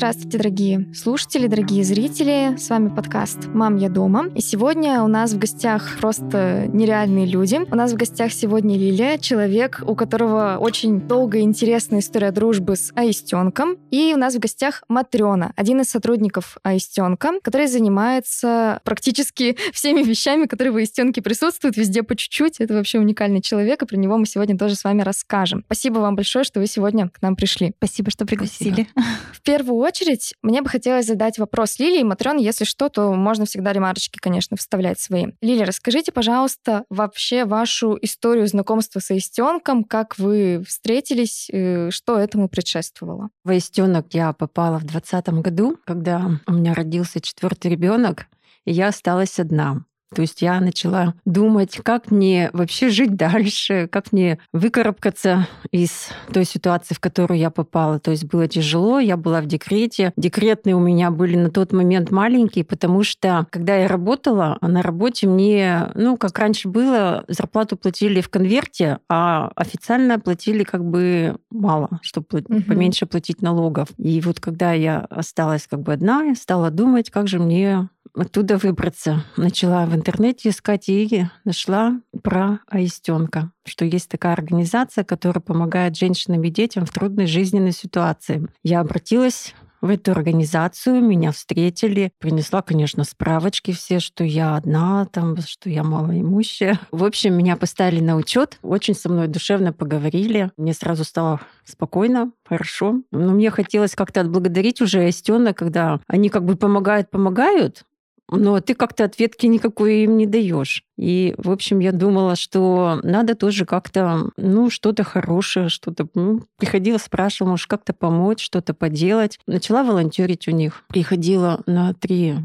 Здравствуйте, дорогие слушатели, дорогие зрители. С вами подкаст «Мам, я дома». И сегодня у нас в гостях просто нереальные люди. У нас в гостях сегодня Лилия, человек, у которого очень долгая и интересная история дружбы с аистенком. И у нас в гостях Матрёна, один из сотрудников аистенка, который занимается практически всеми вещами, которые в аистенке присутствуют, везде по чуть-чуть. Это вообще уникальный человек, и про него мы сегодня тоже с вами расскажем. Спасибо вам большое, что вы сегодня к нам пришли. Спасибо, что пригласили. В первую очередь, мне бы хотелось задать вопрос Лилии. Матрёна, если что, то можно всегда ремарочки, конечно, вставлять свои. Лилия, расскажите, пожалуйста, вообще вашу историю знакомства с аистенком, как вы встретились, что этому предшествовало? В аистенок я попала в 2020 году, когда у меня родился 4-й ребенок, и я осталась одна. То есть я начала думать, как мне вообще жить дальше, как мне выкарабкаться из той ситуации, в которую я попала. То есть было тяжело, я была в декрете. Декретные у меня были на тот момент маленькие, потому что, когда я работала, на работе мне, как раньше было, зарплату платили в конверте, а официально платили как бы мало, чтобы поменьше платить налогов. И вот когда я осталась как бы одна, я стала думать, как же мне оттуда выбраться. Начала в интернете искать и нашла про аистенка, что есть такая организация, которая помогает женщинам и детям в трудной жизненной ситуации. Я обратилась в эту организацию, меня встретили, принесла, конечно, справочки все, что я одна, что я малоимущая. В общем, меня поставили на учет, очень со мной душевно поговорили. Мне сразу стало спокойно, хорошо. Но мне хотелось как-то отблагодарить уже аистенок, когда они как бы помогают, но ты как-то ответки никакой им не даешь. И, в общем, я думала, что надо тоже как-то, что-то хорошее, что-то... приходила, спрашивала, может, как-то помочь, что-то поделать. Начала волонтерить у них. Приходила на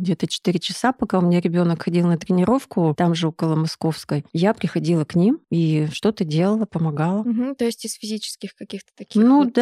3-4 часа, пока у меня ребенок ходил на тренировку, там же около Московской. Я приходила к ним и что-то делала, помогала. То есть из физических каких-то таких...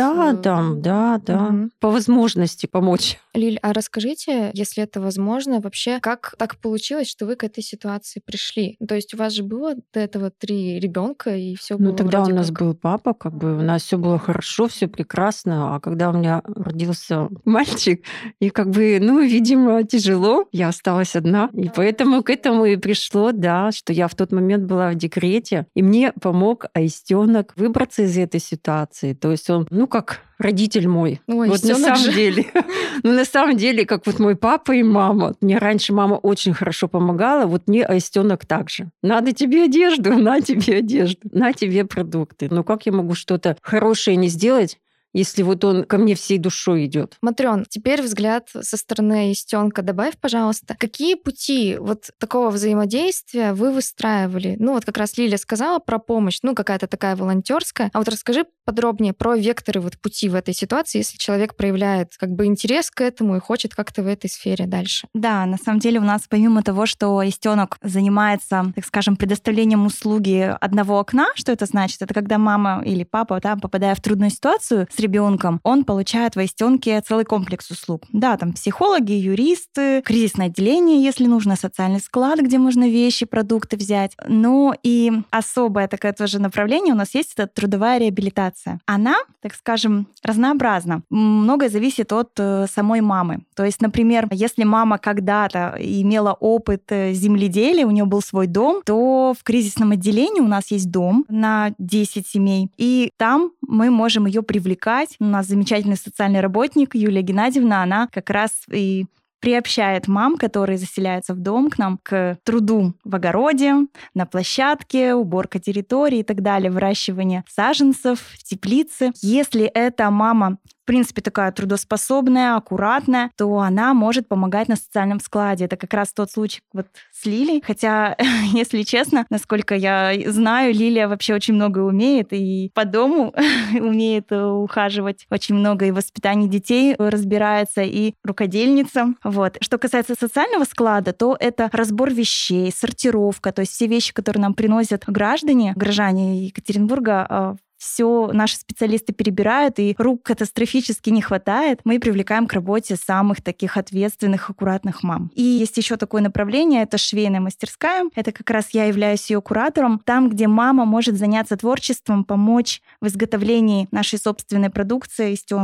Да. По возможности помочь. Лиль, а расскажите, если это возможно, вообще, как так получилось, что вы к этой ситуации пришли? То есть у вас же было до этого 3 ребенка и все было тогда вроде у нас как... был папа, как бы у нас все было хорошо, все прекрасно. А когда у меня родился мальчик, и как бы, видимо, тяжело, я осталась одна. И поэтому к этому и пришло, да, что я в тот момент была в декрете, и мне помог аистенок выбраться из этой ситуации. То есть он, как родитель мой. Ой, вот на самом деле. На самом деле, как вот мой папа и мама. Мне раньше мама очень хорошо помогала, вот мне аистенок так же. Надо тебе одежду, на тебе одежду, на тебе продукты. Но как я могу что-то хорошее не сделать, если вот он ко мне всей душой идет? Матрён, теперь взгляд со стороны аистенка добавь, пожалуйста. Какие пути вот такого взаимодействия вы выстраивали? Вот как раз Лилия сказала про помощь, какая-то такая волонтерская. А вот расскажи подробнее про векторы пути в этой ситуации, если человек проявляет как бы интерес к этому и хочет как-то в этой сфере дальше. Да, на самом деле у нас помимо того, что аистенок занимается, так скажем, предоставлением услуги одного окна, что это значит? Это когда мама или папа, попадая в трудную ситуацию с ребенком, он получает в аистенке целый комплекс услуг. Да, там психологи, юристы, кризисное отделение, если нужно, социальный склад, где можно вещи, продукты взять. Но и особое такое тоже направление у нас есть, это трудовая реабилитация. Она, так скажем, разнообразна. Многое зависит от самой мамы. То есть, например, если мама когда-то имела опыт земледелия, у нее был свой дом, то в кризисном отделении у нас есть дом на 10 семей, и там мы можем ее привлекать. У нас замечательный социальный работник Юлия Геннадьевна, она как раз и приобщает мам, которые заселяются в дом, к нам, к труду в огороде, на площадке, уборка территории и так далее, выращивание саженцев, теплицы. Если эта мама в принципе, такая трудоспособная, аккуратная, то она может помогать на социальном складе. Это как раз тот случай с Лилией. Хотя, если честно, насколько я знаю, Лилия вообще очень много умеет и по дому умеет ухаживать очень много, и в воспитании детей разбирается, и рукодельница. Что касается социального склада, то это разбор вещей, сортировка, то есть все вещи, которые нам приносят граждане Екатеринбурга, все наши специалисты перебирают, и рук катастрофически не хватает. Мы привлекаем к работе самых таких ответственных, аккуратных мам. И есть еще такое направление, это швейная мастерская. Это как раз я являюсь ее куратором. Там, где мама может заняться творчеством, помочь в изготовлении нашей собственной продукции аистенка.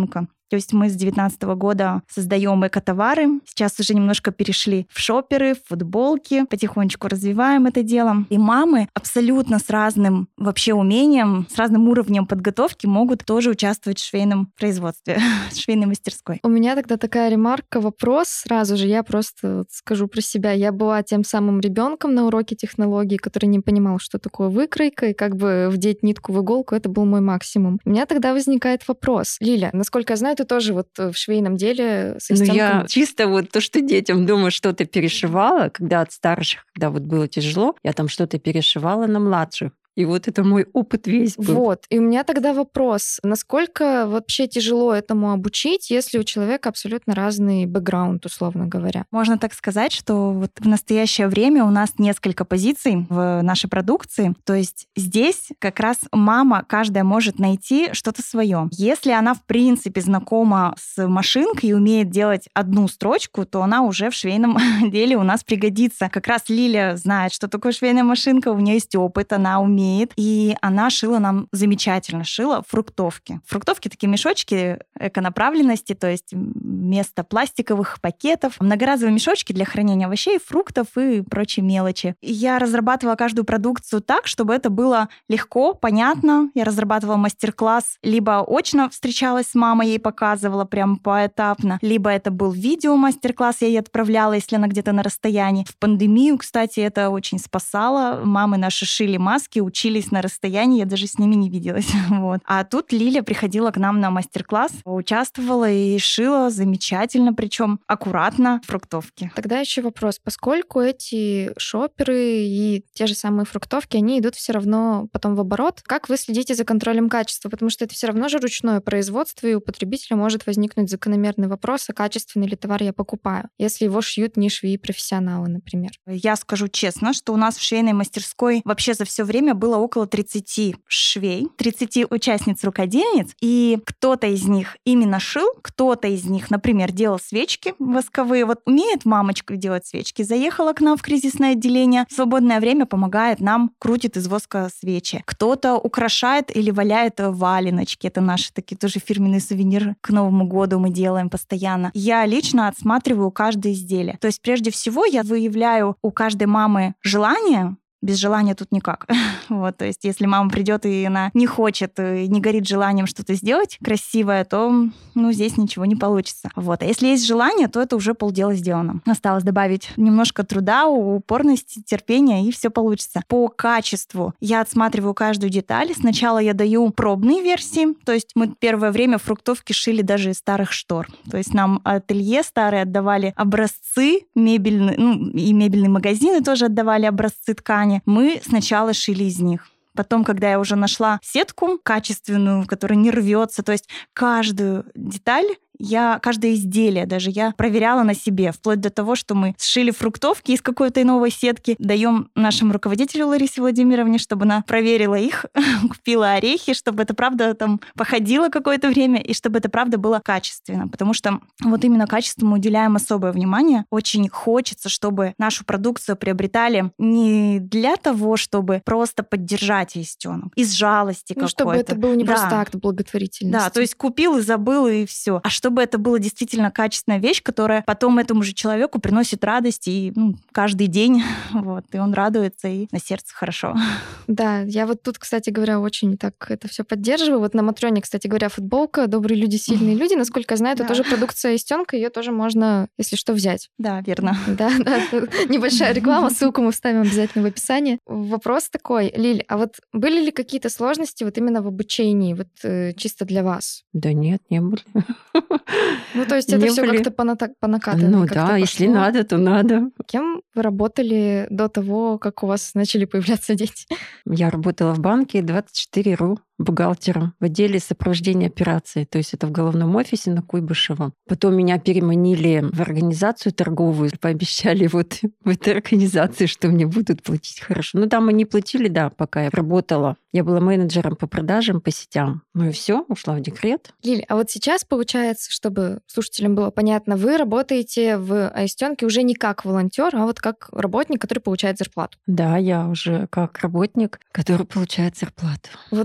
То есть мы с 2019 года создаем эко-товары. Сейчас уже немножко перешли в шоперы, в футболки. Потихонечку развиваем это дело. И мамы абсолютно с разным вообще умением, с разным уровнем подготовки могут тоже участвовать в швейном производстве, в швейной мастерской. У меня тогда такая ремарка, вопрос сразу же. Я просто скажу про себя. Я была тем самым ребенком на уроке технологий, который не понимал, что такое выкройка, и как бы вдеть нитку в иголку — это был мой максимум. У меня тогда возникает вопрос. Лиля, насколько я знаю, ты тоже вот в швейном деле с Ну, я чисто вот то, что детям дома что-то перешивала, когда от старших, когда вот было тяжело, я там что-то перешивала на младших. И вот это мой опыт весь был. Вот. И у меня тогда вопрос. Насколько вообще тяжело этому обучить, если у человека абсолютно разный бэкграунд, условно говоря? Можно так сказать, что вот в настоящее время у нас несколько позиций в нашей продукции. То есть здесь как раз мама каждая может найти что-то свое. Если она, в принципе, знакома с машинкой и умеет делать одну строчку, то она уже в швейном деле у нас пригодится. Как раз Лиля знает, что такое швейная машинка, у нее есть опыт, она умеет. И она шила нам замечательно, шила фруктовки. Фруктовки — такие мешочки эконаправленности, то есть вместо пластиковых пакетов. Многоразовые мешочки для хранения овощей, фруктов и прочей мелочи. И я разрабатывала каждую продукцию так, чтобы это было легко, понятно. Я разрабатывала мастер-класс, либо очно встречалась с мамой, ей показывала прям поэтапно, либо это был видео-мастер-класс, я ей отправляла, если она где-то на расстоянии. В пандемию, кстати, это очень спасало. Мамы наши шили маски, учились на расстоянии, я даже с ними не виделась. Вот. А тут Лиля приходила к нам на мастер-класс, участвовала и шила замечательно, причем аккуратно фруктовки. Тогда еще вопрос. Поскольку эти шоперы и те же самые фруктовки, они идут все равно потом в оборот, как вы следите за контролем качества? Потому что это все равно же ручное производство, и у потребителя может возникнуть закономерный вопрос, а качественный ли товар я покупаю, если его шьют не швеи-профессионалы, например. Я скажу честно, что у нас в швейной мастерской вообще за все время было около 30 швей, 30 участниц-рукодельниц, и кто-то из них именно шил, кто-то из них, например, делал свечки восковые. Вот умеет мамочка делать свечки, заехала к нам в кризисное отделение, в свободное время помогает нам, крутит из воска свечи. Кто-то украшает или валяет валеночки. Это наши такие тоже фирменные сувениры к Новому году мы делаем постоянно. Я лично отсматриваю каждое изделие. То есть прежде всего я выявляю у каждой мамы желание. Без желания тут никак. Вот, то есть если мама придет и она не хочет, и не горит желанием что-то сделать красивое, то здесь ничего не получится. Вот. А если есть желание, то это уже полдела сделано. Осталось добавить немножко труда, упорности, терпения, и все получится. По качеству я отсматриваю каждую деталь. Сначала я даю пробные версии, то есть мы первое время фруктовки шили даже из старых штор. То есть нам ателье старые отдавали образцы, мебельные, и мебельные магазины тоже отдавали образцы ткани. Мы сначала шили из них. Потом, когда я уже нашла сетку качественную, которая не рвется, то есть каждую деталь каждое изделие даже я проверяла на себе, вплоть до того, что мы сшили фруктовки из какой-то новой сетки, даем нашему руководителю Ларисе Владимировне, чтобы она проверила их, купила орехи, чтобы это правда там походило какое-то время, и чтобы это правда было качественно. Потому что вот именно качеству мы уделяем особое внимание. Очень хочется, чтобы нашу продукцию приобретали не для того, чтобы просто поддержать Аистенок, из жалости какой-то. Чтобы это был не просто акт благотворительности. Да, то есть купил и забыл, и все. А чтобы это была действительно качественная вещь, которая потом этому же человеку приносит радость и каждый день, вот, и он радуется, и на сердце хорошо. Да, я вот тут, кстати говоря, очень так это все поддерживаю. Вот на Матрёне, кстати говоря, футболка «Добрые люди, сильные люди». Насколько я знаю, это тоже продукция Аистенка, ее тоже можно, если что, взять. Да, верно. Да, небольшая реклама, ссылку мы вставим обязательно в описании. Вопрос такой, Лиль, а вот были ли какие-то сложности вот именно в обучении, вот чисто для вас? Да нет, не были. То есть это все как-то по накатанной. Да, если надо, то надо. Кем вы работали до того, как у вас начали появляться дети? Я работала в банке 24.ру бухгалтером в отделе сопровождения операций. То есть это в головном офисе на Куйбышева. Потом меня переманили в организацию торговую. Пообещали вот в этой организации, что мне будут платить хорошо. Там они платили, да, пока я работала. Я была менеджером по продажам, по сетям. И все, ушла в декрет. Лиль, а вот сейчас получается, чтобы слушателям было понятно, вы работаете в Аистенке уже не как волонтер, а вот как работник, который получает зарплату. Да, я уже как работник, который получает зарплату. Вот тогда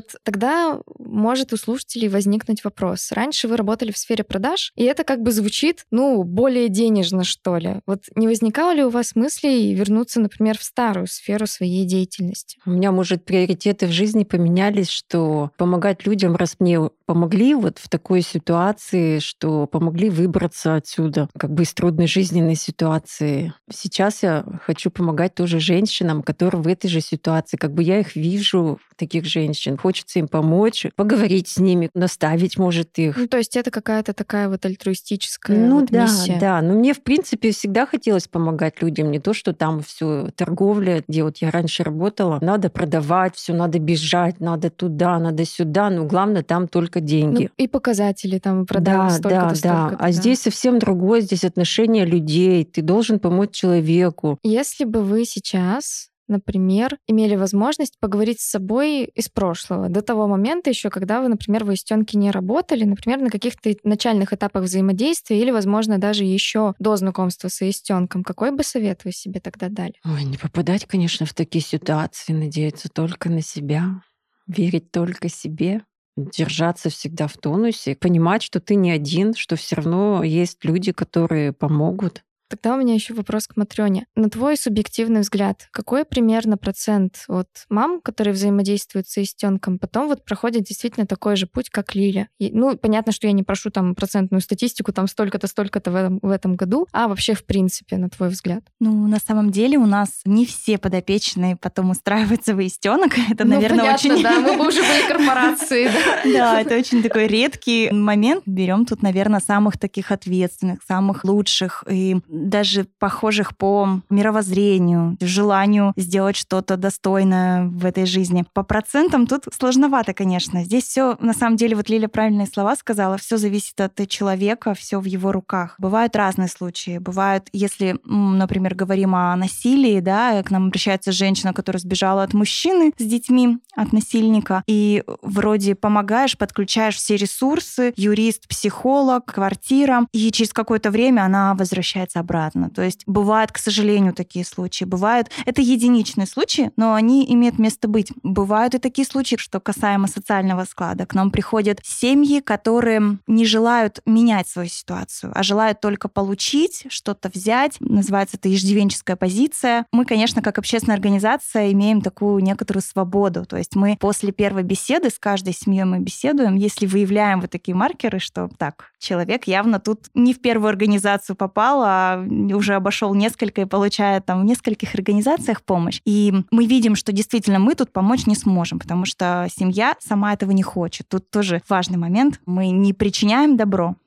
тогда может у слушателей возникнуть вопрос. Раньше вы работали в сфере продаж, и это как бы звучит, более денежно, что ли. Вот не возникало ли у вас мыслей вернуться, например, в старую сферу своей деятельности? У меня, может, приоритеты в жизни поменялись, что помогать людям, раз мне помогли вот в такой ситуации, что помогли выбраться отсюда, как бы из трудной жизненной ситуации. Сейчас я хочу помогать тоже женщинам, которые в этой же ситуации. Как бы я их вижу, таких женщин. Хочется им помочь, поговорить с ними, наставить, может, их. То есть это какая-то такая вот альтруистическая миссия. Да. Но мне, в принципе, всегда хотелось помогать людям. Не то, что там все торговля, где вот я раньше работала, надо продавать, все надо бежать, надо туда, надо сюда. Но главное, там только деньги. И показатели там продавать столько-то, столько-то. А здесь совсем другое, здесь отношение людей. Ты должен помочь человеку. Если бы вы сейчас, например, имели возможность поговорить с собой из прошлого, до того момента еще, когда вы, например, в аистёнке не работали, например, на каких-то начальных этапах взаимодействия или, возможно, даже еще до знакомства с аистёнком, какой бы совет вы себе тогда дали? Ой, не попадать, конечно, в такие ситуации, надеяться только на себя, верить только себе, держаться всегда в тонусе, понимать, что ты не один, что все равно есть люди, которые помогут. Тогда у меня еще вопрос к Матрёне. На твой субъективный взгляд, какой примерно процент от мам, которые взаимодействуют с аистёнком, потом вот проходит действительно такой же путь, как Лиля? Понятно, что я не прошу там процентную статистику, там столько-то, столько-то в этом году, а вообще в принципе, на твой взгляд? На самом деле у нас не все подопечные потом устраиваются в аистёнок. Это, наверное, понятно, очень... да, мы бы уже были корпорацией. Да, это очень такой редкий момент. Берем тут, наверное, самых таких ответственных, самых лучших и даже похожих по мировоззрению, желанию сделать что-то достойное в этой жизни. По процентам тут сложновато, конечно. Здесь все, на самом деле, вот Лиля правильные слова сказала, все зависит от человека, все в его руках. Бывают разные случаи. Бывают, если, например, говорим о насилии, да, к нам обращается женщина, которая сбежала от мужчины с детьми, от насильника, и вроде помогаешь, подключаешь все ресурсы, юрист, психолог, квартира, и через какое-то время она возвращается обратно. То есть бывают, к сожалению, такие случаи. Бывают, это единичные случаи, но они имеют место быть. Бывают и такие случаи, что касаемо социального склада. К нам приходят семьи, которые не желают менять свою ситуацию, а желают только получить, что-то взять. Называется это иждивенческая позиция. Мы, конечно, как общественная организация имеем такую некоторую свободу. То есть мы после первой беседы с каждой семьей мы беседуем, если выявляем вот такие маркеры, что так, человек явно тут не в первую организацию попал, а уже обошел несколько и получает там в нескольких организациях помощь. И мы видим, что действительно мы тут помочь не сможем, потому что семья сама этого не хочет. Тут тоже важный момент. Мы не причиняем добро,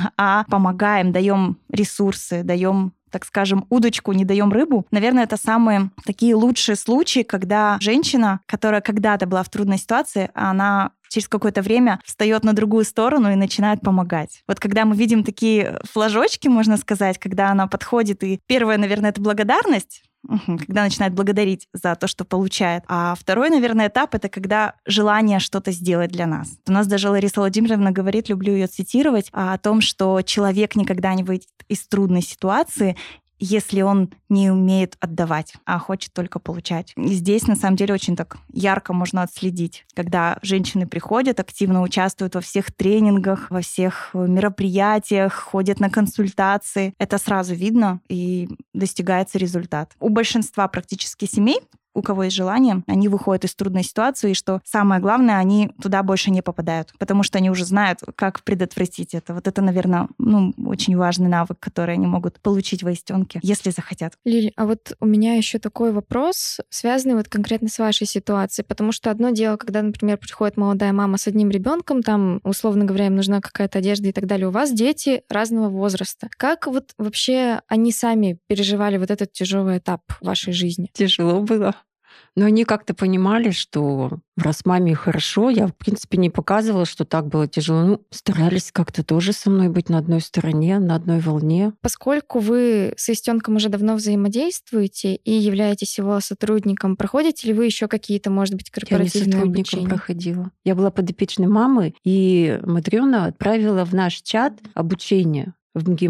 а помогаем, даем ресурсы, даем, так скажем, удочку, не даем рыбу. Наверное, это самые такие лучшие случаи, когда женщина, которая когда-то была в трудной ситуации, она через какое-то время встает на другую сторону и начинает помогать. Вот когда мы видим такие флажочки, можно сказать, когда она подходит, и первое, наверное, это благодарность, когда начинает благодарить за то, что получает. А второй, наверное, этап — это когда желание что-то сделать для нас. У нас даже Лариса Владимировна говорит, люблю ее цитировать, о том, что человек никогда не выйдет из трудной ситуации, если он не умеет отдавать, а хочет только получать. И здесь, на самом деле, очень так ярко можно отследить, когда женщины приходят, активно участвуют во всех тренингах, во всех мероприятиях, ходят на консультации. Это сразу видно, и достигается результат. У большинства практически семей, у кого есть желание, они выходят из трудной ситуации, и что самое главное, они туда больше не попадают, потому что они уже знают, как предотвратить это. Вот это, наверное, очень важный навык, который они могут получить в аистёнке, если захотят. Лиль, а вот у меня еще такой вопрос, связанный вот конкретно с вашей ситуацией, потому что одно дело, когда, например, приходит молодая мама с одним ребенком, там, условно говоря, им нужна какая-то одежда и так далее, у вас дети разного возраста. Как вот вообще они сами переживали вот этот тяжелый этап вашей жизни? Тяжело было. Но они как-то понимали, что раз маме хорошо, я, в принципе, не показывала, что так было тяжело. Старались как-то тоже со мной быть на одной стороне, на одной волне. Поскольку вы с аистёнком уже давно взаимодействуете и являетесь его сотрудником, проходите ли вы еще какие-то, может быть, корпоративные Я не сотрудником обучения? проходила. Я была подопечной мамы, и Матрёна отправила в наш чат обучение в МГИМО.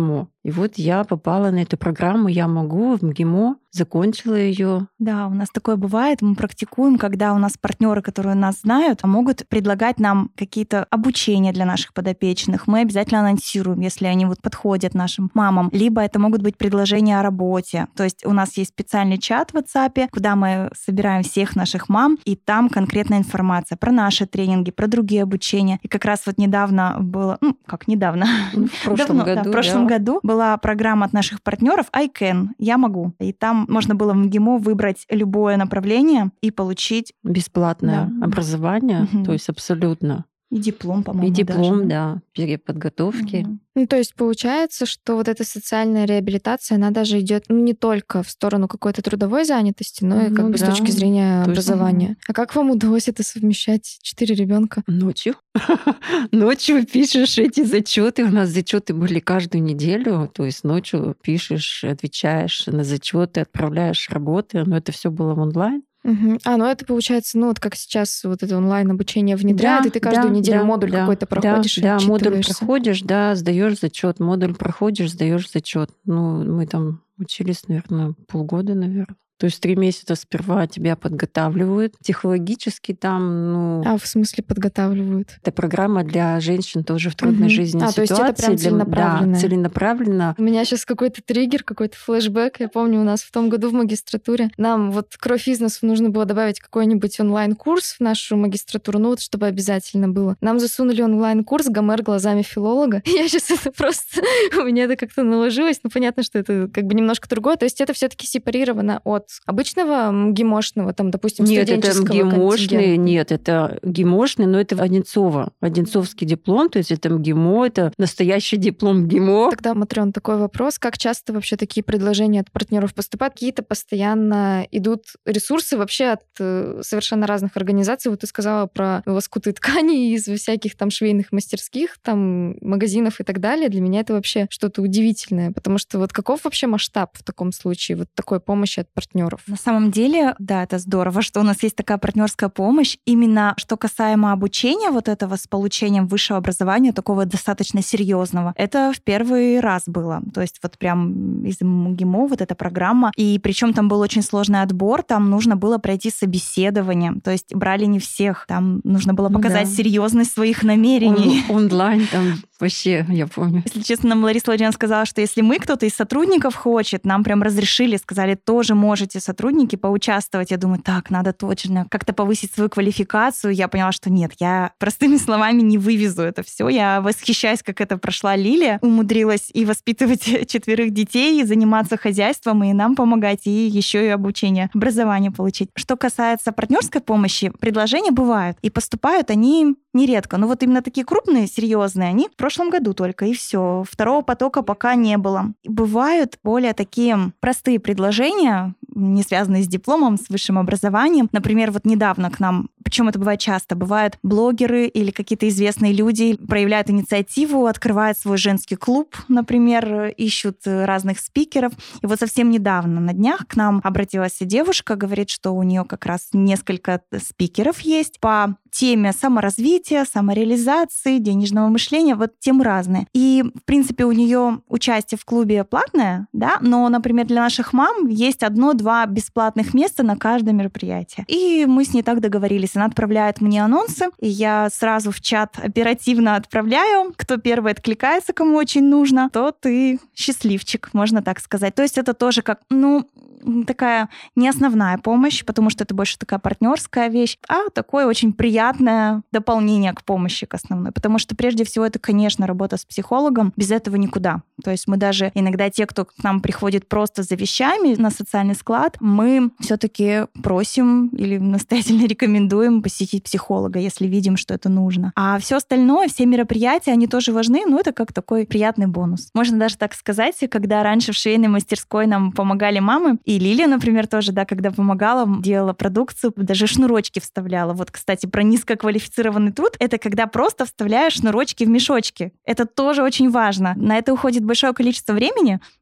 И вот я попала на эту программу «Я могу» в МГИМО, закончила ее. Да, у нас такое бывает. Мы практикуем, когда у нас партнеры, которые нас знают, могут предлагать нам какие-то обучения для наших подопечных. Мы обязательно анонсируем, если они вот подходят нашим мамам. Либо это могут быть предложения о работе. То есть у нас есть специальный чат в WhatsApp, куда мы собираем всех наших мам, и там конкретная информация про наши тренинги, про другие обучения. И как раз вот недавно было, В прошлом году была программа от наших партнеров I Can, я могу. И там можно было в МГИМО выбрать любое направление и получить бесплатное образование, то есть абсолютно. И диплом, по-моему, и диплом, даже. да, переподготовки. Ну, то есть получается, что вот эта социальная реабилитация, она даже идет не только в сторону какой-то трудовой занятости, но и как бы с точки зрения образования. А как вам удалось это совмещать? 4 ребенка? Ночью. Ночью пишешь эти зачеты. У нас зачеты были каждую неделю. То есть ночью пишешь, отвечаешь на зачеты, отправляешь работы. Но это все было в онлайн. Ну это получается, вот как сейчас вот это онлайн-обучение внедряют, и ты каждую неделю модуль какой-то проходишь и Да, модуль проходишь, сдаешь зачет, модуль проходишь, сдаешь зачет. Мы там учились, наверное, полгода, наверное. То есть 3 месяца сперва тебя подготавливают. Психологически там, в смысле подготавливают? Это программа для женщин тоже в трудной жизненной ситуации. То есть это прям целенаправленно? Да, целенаправленно. У меня сейчас какой-то триггер, какой-то флешбэк. Я помню, у нас в том году в магистратуре нам вот кровь из носу нужно было добавить какой-нибудь онлайн-курс в нашу магистратуру, чтобы обязательно было. Нам засунули онлайн-курс «Гомер глазами филолога». Я сейчас это просто... У меня это как-то наложилось. Понятно, что это как бы немножко другое. То есть это все таки сепарировано от обычного ГИМОшного, там, допустим, студенческого контингента? Нет, это ГИМОшный, но это Одинцово. Одинцовский диплом, то есть это МГИМО, это настоящий диплом ГИМО. Тогда, Матрён, такой вопрос. Как часто вообще такие предложения от партнеров поступают? Какие-то постоянно идут ресурсы вообще от совершенно разных организаций? Вот ты сказала про лоскуты ткани из всяких там швейных мастерских, там магазинов и так далее. Для меня это вообще что-то удивительное, потому что вот каков вообще масштаб в таком случае вот такой помощи от партнеров? На самом деле, да, это здорово, что у нас есть такая партнерская помощь. Именно что касаемо обучения вот этого с получением высшего образования, такого достаточно серьезного, это в первый раз было. То есть вот прям из МГИМО вот эта программа. И причем там был очень сложный отбор, там нужно было пройти собеседование. То есть брали не всех, там нужно было показать серьезность своих намерений. Онлайн там вообще, я помню. Если честно, нам Лариса Владимировна сказала, что если кто-то из сотрудников хочет, нам прям разрешили, сказали, тоже можете сотрудники поучаствовать. Я думаю, так, надо точно как-то повысить свою квалификацию. Я поняла, что нет, я простыми словами не вывезу это все. Я восхищаюсь, как это прошла Лилия. Умудрилась и воспитывать 4 детей, и заниматься хозяйством, и нам помогать, и еще и обучение, образование получить. Что касается партнерской помощи, предложения бывают, и поступают они нередко. Но вот именно такие крупные, серьезные, они в прошлом году только, и все. Второго потока пока не было. Бывают более такие простые предложения, не связанные с дипломом, с высшим образованием. Например, вот недавно к нам, причем это бывает часто, бывают блогеры или какие-то известные люди проявляют инициативу, открывают свой женский клуб, например, ищут разных спикеров. И вот совсем недавно, на днях, к нам обратилась девушка, говорит, что у нее как раз несколько спикеров есть по теме саморазвития, самореализации, денежного мышления, вот темы разные. И, в принципе, у нее участие в клубе платное, да, но, например, для наших мам есть 1-2 бесплатных места на каждое мероприятие. И мы с ней так договорились. Она отправляет мне анонсы, и я сразу в чат оперативно отправляю. Кто первый откликается, кому очень нужно, тот и счастливчик, можно так сказать. То есть это тоже как, такая не основная помощь, потому что это больше такая партнерская вещь, а такое очень приятное дополнение к помощи, к основной. Потому что прежде всего это, конечно, работа с психологом. Без этого никуда. То есть мы даже иногда те, кто к нам приходит просто за вещами на социальный склад, мы все-таки просим или настоятельно рекомендуем посетить психолога, если видим, что это нужно. А все остальное, все мероприятия, они тоже важны, но это как такой приятный бонус. Можно даже так сказать, когда раньше в швейной мастерской нам помогали мамы, и Лилия, например, тоже, да, когда помогала, делала продукцию, даже шнурочки вставляла. Вот, кстати, про низкоквалифицированный труд, это когда просто вставляешь шнурочки в мешочки. Это тоже очень важно. На это уходит большое количество времени,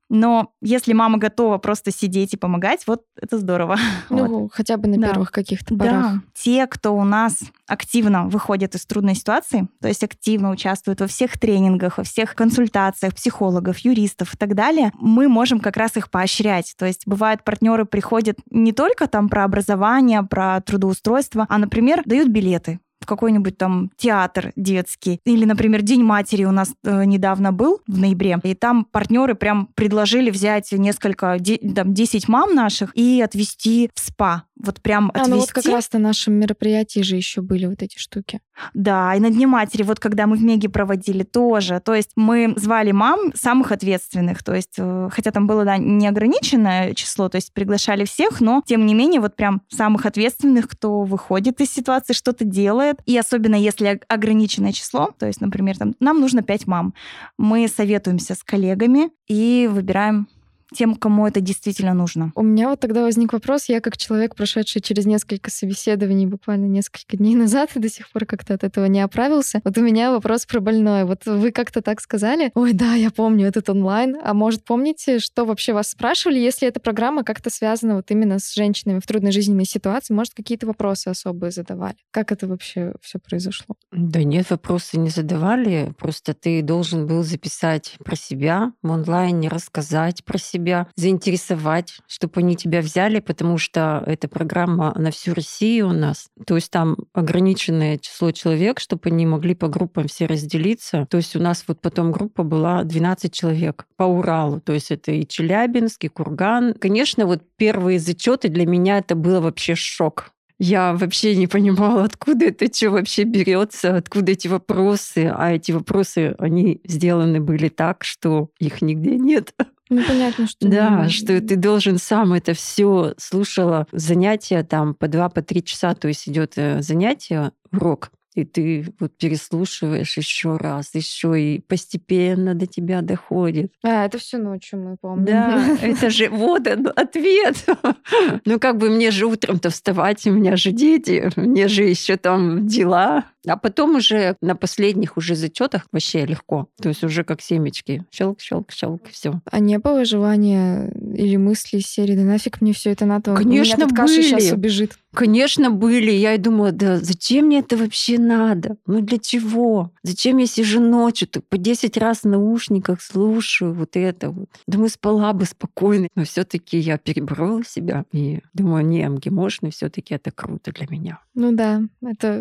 Но если мама готова просто сидеть и помогать, вот это здорово. Ну, хотя бы на первых каких-то порах. Да. Те, кто у нас активно выходит из трудной ситуации, то есть активно участвуют во всех тренингах, во всех консультациях психологов, юристов и так далее, мы можем как раз их поощрять. То есть бывает, партнеры приходят не только там про образование, про трудоустройство, а, например, дают билеты в какой-нибудь там театр детский. Или, например, День матери у нас недавно был в ноябре, и там партнеры прям предложили взять несколько, 10 мам наших и отвезти в спа. Вот прям отвезти. Ну вот как раз на нашем мероприятии же еще были вот эти штуки. Да, и на Дне матери, вот когда мы в Меге проводили тоже. То есть мы звали мам самых ответственных. То есть, хотя там было, да, неограниченное число, то есть приглашали всех, но тем не менее вот прям самых ответственных, кто выходит из ситуации, что-то делает. И особенно если ограниченное число, то есть, например, там, нам нужно 5 мам. Мы советуемся с коллегами и выбираем тем, кому это действительно нужно. У меня вот тогда возник вопрос. Я как человек, прошедший через несколько собеседований буквально несколько дней назад, и до сих пор как-то от этого не оправился. Вот у меня вопрос про больное. Вот вы как-то так сказали: ой, да, я помню этот онлайн. А может, помните, что вообще вас спрашивали, если эта программа как-то связана вот именно с женщинами в трудной жизненной ситуации? Может, какие-то вопросы особые задавали? Как это вообще все произошло? Да нет, вопросы не задавали. Просто ты должен был записать про себя в онлайне, рассказать про себя, заинтересовать, чтобы они тебя взяли, потому что эта программа на всю Россию у нас. То есть там ограниченное число человек, чтобы они могли по группам все разделиться. То есть у нас вот потом группа была 12 человек по Уралу. То есть это и Челябинск, и Курган. Конечно, вот первые зачеты для меня это было вообще шок. Я вообще не понимала, откуда это что вообще берется, откуда эти вопросы. А эти вопросы, они сделаны были так, что их нигде нет. Ну, понятно, что... Да, что ты должен сам это все слушала. Занятия там по 2-3 часа, то есть идет занятие, урок, и ты вот переслушиваешь еще раз, еще и постепенно до тебя доходит. Это всю ночь мы помним. Да, это же вот он, ответ. Ну, как бы мне же утром-то вставать, у меня же дети, мне же еще там дела. А потом уже на последних уже зачетах вообще легко. То есть уже как семечки. Щелк, щелк, щелк, все. А не было желания или мысли из серии: да нафиг мне все это надо? Конечно, у меня тут каша были. сейчас убежит. Конечно, были. Я и думала, да зачем мне это вообще надо? Ну для чего? Зачем я сижу ночью, так по 10 раз в наушниках слушаю вот это вот? Думаю, спала бы спокойно. Но все таки я переборола себя и думаю, не, МГИМОшный все таки это круто для меня. Ну да, это...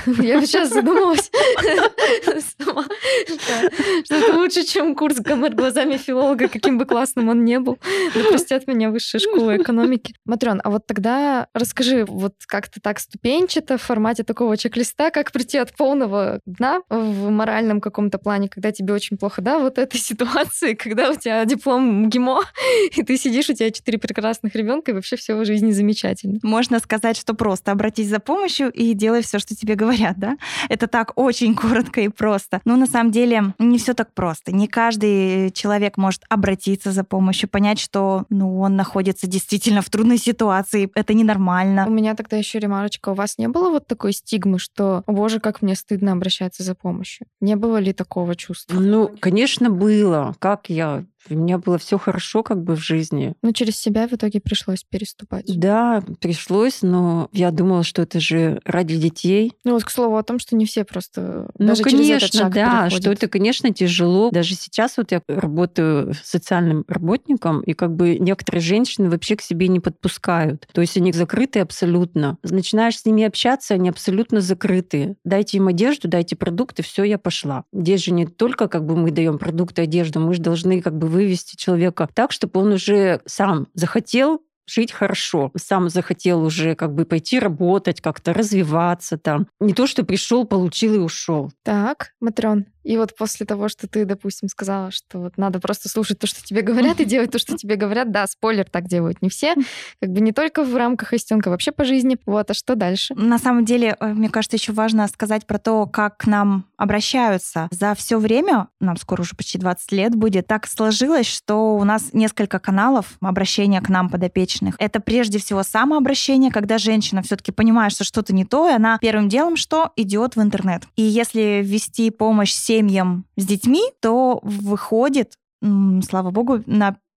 Я сейчас задумалась, что это лучше, чем курс «Гомер глазами филолога», каким бы классным он ни был. Да простят меня высшая школа экономики. Матрён, а вот тогда расскажи, вот как-то так ступенчато в формате такого чек-листа, как прийти от полного дна в моральном каком-то плане, когда тебе очень плохо, да, вот этой ситуации, когда у тебя диплом МГИМО, и ты сидишь, у тебя 4 прекрасных ребенка, и вообще все в жизни замечательно. Можно сказать, что просто обратись за помощью и делай все, что тебе говорят, да? Это так очень коротко и просто. Но на самом деле не все так просто. Не каждый человек может обратиться за помощью, понять, что он находится действительно в трудной ситуации, это ненормально. У меня тогда еще ремарочка. У вас не было вот такой стигмы, что, о боже, как мне стыдно обращаться за помощью? Не было ли такого чувства? Ну, конечно, было. У меня было все хорошо как бы в жизни. Но через себя в итоге пришлось переступать. Да, пришлось, но я думала, что это же ради детей. Ну вот, к слову, о том, что не все просто даже конечно, через этот шаг да, переходят. что это, конечно, тяжело. Даже сейчас вот я работаю социальным работником, и как бы некоторые женщины вообще к себе не подпускают. То есть они закрыты абсолютно. Начинаешь с ними общаться, они абсолютно закрытые. Дайте им одежду, дайте продукты, все, я пошла. Здесь же не только как бы мы даем продукты, одежду, мы же должны как бы вывести человека так, чтобы он уже сам захотел жить хорошо, сам захотел уже как бы пойти работать, как-то развиваться там. Не то, что пришел, получил и ушел. Так, Матрён, и вот после того, что ты, допустим, сказала, что вот надо просто слушать то, что тебе говорят, и делать то, что тебе говорят, да, спойлер, так делают не все, как бы не только в рамках Остёнка, вообще по жизни. Вот, а что дальше? На самом деле, мне кажется, еще важно сказать про то, как к нам обращаются. За все время, нам скоро уже почти 20 лет будет, так сложилось, что у нас несколько каналов обращения к нам подопечных. Это прежде всего самообращение, когда женщина все-таки понимает, что что-то не то, и она первым делом что? Идет в интернет. И если ввести помощь семьям с детьми, то выходит, слава богу, на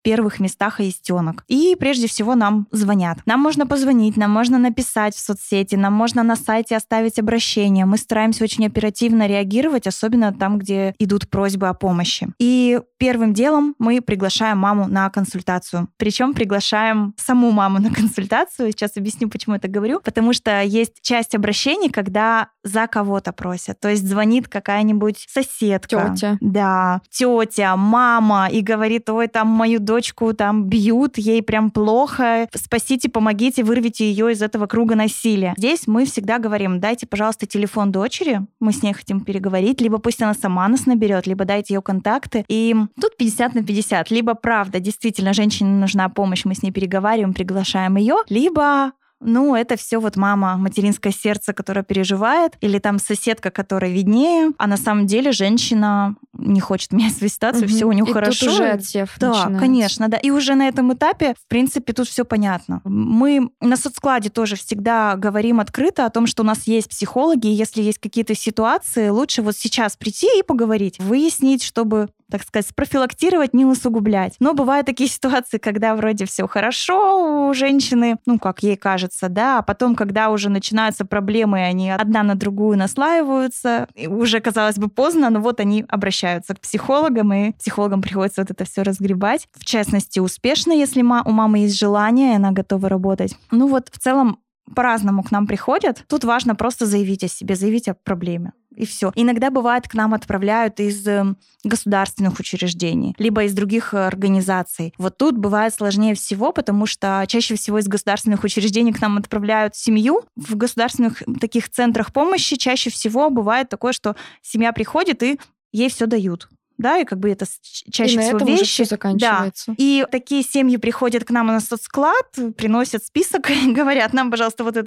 первых местах аистенок. И прежде всего нам звонят. Нам можно позвонить, нам можно написать в соцсети, нам можно на сайте оставить обращение. Мы стараемся очень оперативно реагировать, особенно там, где идут просьбы о помощи. И первым делом мы приглашаем маму на консультацию. Причем приглашаем саму маму на консультацию. Сейчас объясню, почему я так говорю. Потому что есть часть обращений, когда за кого-то просят. То есть звонит какая-нибудь соседка. Тетя. Да, тетя, мама, и говорит: ой, там мою дочку там бьют, ей прям плохо, спасите, помогите, вырвите ее из этого круга насилия. Здесь мы всегда говорим: дайте, пожалуйста, телефон дочери, мы с ней хотим переговорить, либо пусть она сама нас наберет, либо дайте ее контакты. И тут 50 на 50. Либо правда, действительно, женщине нужна помощь, мы с ней переговариваем, приглашаем ее, либо это все вот мама, материнское сердце, которое переживает, или там соседка, которая виднее, а на самом деле женщина не хочет менять свою ситуацию, все у нее хорошо. Тут уже отсев начинается. Конечно, да. И уже на этом этапе, в принципе, тут все понятно. Мы на соцскладе тоже всегда говорим открыто о том, что у нас есть психологи, и если есть какие-то ситуации, лучше вот сейчас прийти и поговорить, выяснить, чтобы, так сказать, спрофилактировать, не усугублять. Но бывают такие ситуации, когда вроде все хорошо у женщины, как ей кажется, да, а потом, когда уже начинаются проблемы, они одна на другую наслаиваются, и уже, казалось бы, поздно, но вот они обращаются к психологам, и психологам приходится вот это все разгребать. В частности, успешно, если у мамы есть желание, и она готова работать. В целом, по-разному к нам приходят. Тут важно просто заявить о себе, заявить о проблеме. И все. Иногда бывает, к нам отправляют из государственных учреждений, либо из других организаций. Вот тут бывает сложнее всего, потому что чаще всего из государственных учреждений к нам отправляют семью. В государственных таких центрах помощи чаще всего бывает такое, что семья приходит и ей все дают. Да, и это чаще всего вещи. Все заканчивается. Да. И такие семьи приходят к нам на соцсклад, приносят список и говорят: нам, пожалуйста, вот это.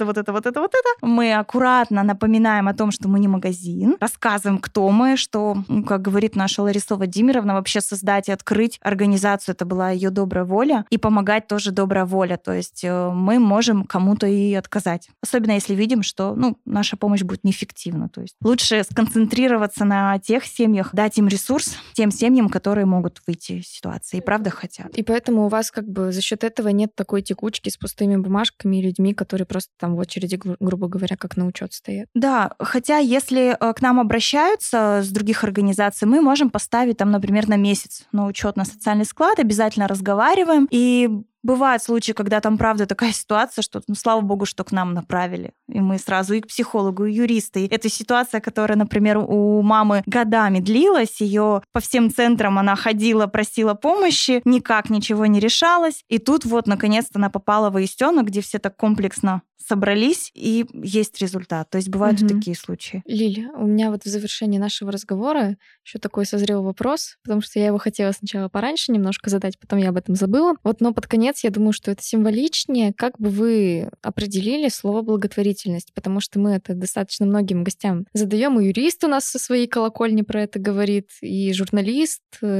Мы аккуратно напоминаем о том, что мы не магазин, рассказываем, кто мы, что, как говорит наша Лариса Владимировна, вообще создать и открыть организацию — это была ее добрая воля, и помогать тоже добрая воля. То есть мы можем кому-то и отказать. Особенно если видим, что наша помощь будет неэффективна. То есть лучше сконцентрироваться на тех семьях, дать им ресурс, тем семьям, которые могут выйти из ситуации и правда хотят. И поэтому у вас за счет этого нет такой текучки с пустыми бумажками и людьми, которые просто там в очереди, грубо говоря, как на учет стоят. Да, хотя если к нам обращаются с других организаций, мы можем поставить там, например, на месяц на учет на социальный склад, обязательно разговариваем. И бывают случаи, когда там, правда, такая ситуация, что, слава богу, что к нам направили. И мы сразу и к психологу, и юристу. И это ситуация, которая, например, у мамы годами длилась. Ее по всем центрам она ходила, просила помощи, никак ничего не решалось. И тут наконец-то она попала в аистенок, где все так комплексно собрались, и есть результат. То есть бывают и такие случаи. Лиля, у меня в завершении нашего разговора еще такой созрел вопрос, потому что я его хотела сначала пораньше немножко задать, потом я об этом забыла. Но под конец я думаю, что это символичнее. Как бы вы определили слово благотворительность? Потому что мы это достаточно многим гостям задаем. И юрист у нас со своей колокольни про это говорит, и журналист,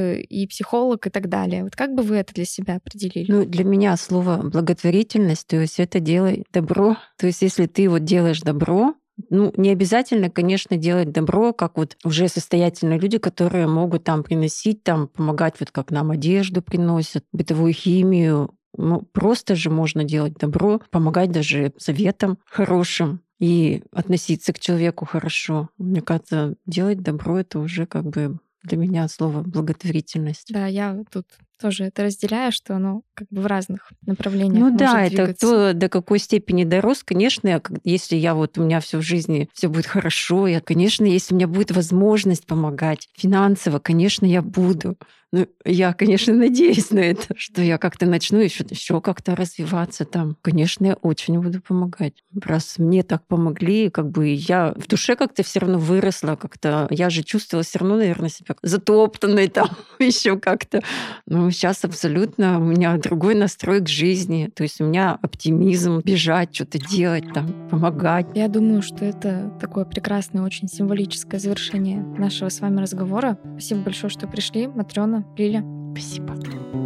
и психолог, и так далее. Как бы вы это для себя определили? Для меня слово благотворительность, то есть это делай добро. То есть если ты делаешь добро, не обязательно, конечно, делать добро, как уже состоятельные люди, которые могут приносить, помогать, как нам одежду приносят, бытовую химию. Просто же можно делать добро, помогать даже советам хорошим и относиться к человеку хорошо. Мне кажется, делать добро — это уже для меня слово благотворительность. Да, я тут тоже это разделяю, что оно в разных направлениях может да, двигаться. Это кто до какой степени дорос. Конечно, если у меня все в жизни все будет хорошо, конечно, если у меня будет возможность помогать финансово, конечно, я буду. Я, конечно, надеюсь на это, что я как-то начну еще как-то развиваться там. Конечно, я очень буду помогать. Раз мне так помогли, я в душе как-то все равно выросла, я же чувствовала все равно, наверное, себя затоптанной там еще как-то. Сейчас абсолютно у меня другой настрой к жизни. То есть у меня оптимизм, бежать, что-то делать, помогать. Я думаю, что это такое прекрасное, очень символическое завершение нашего с вами разговора. Спасибо большое, что пришли, Матрёна, Лиля. Спасибо.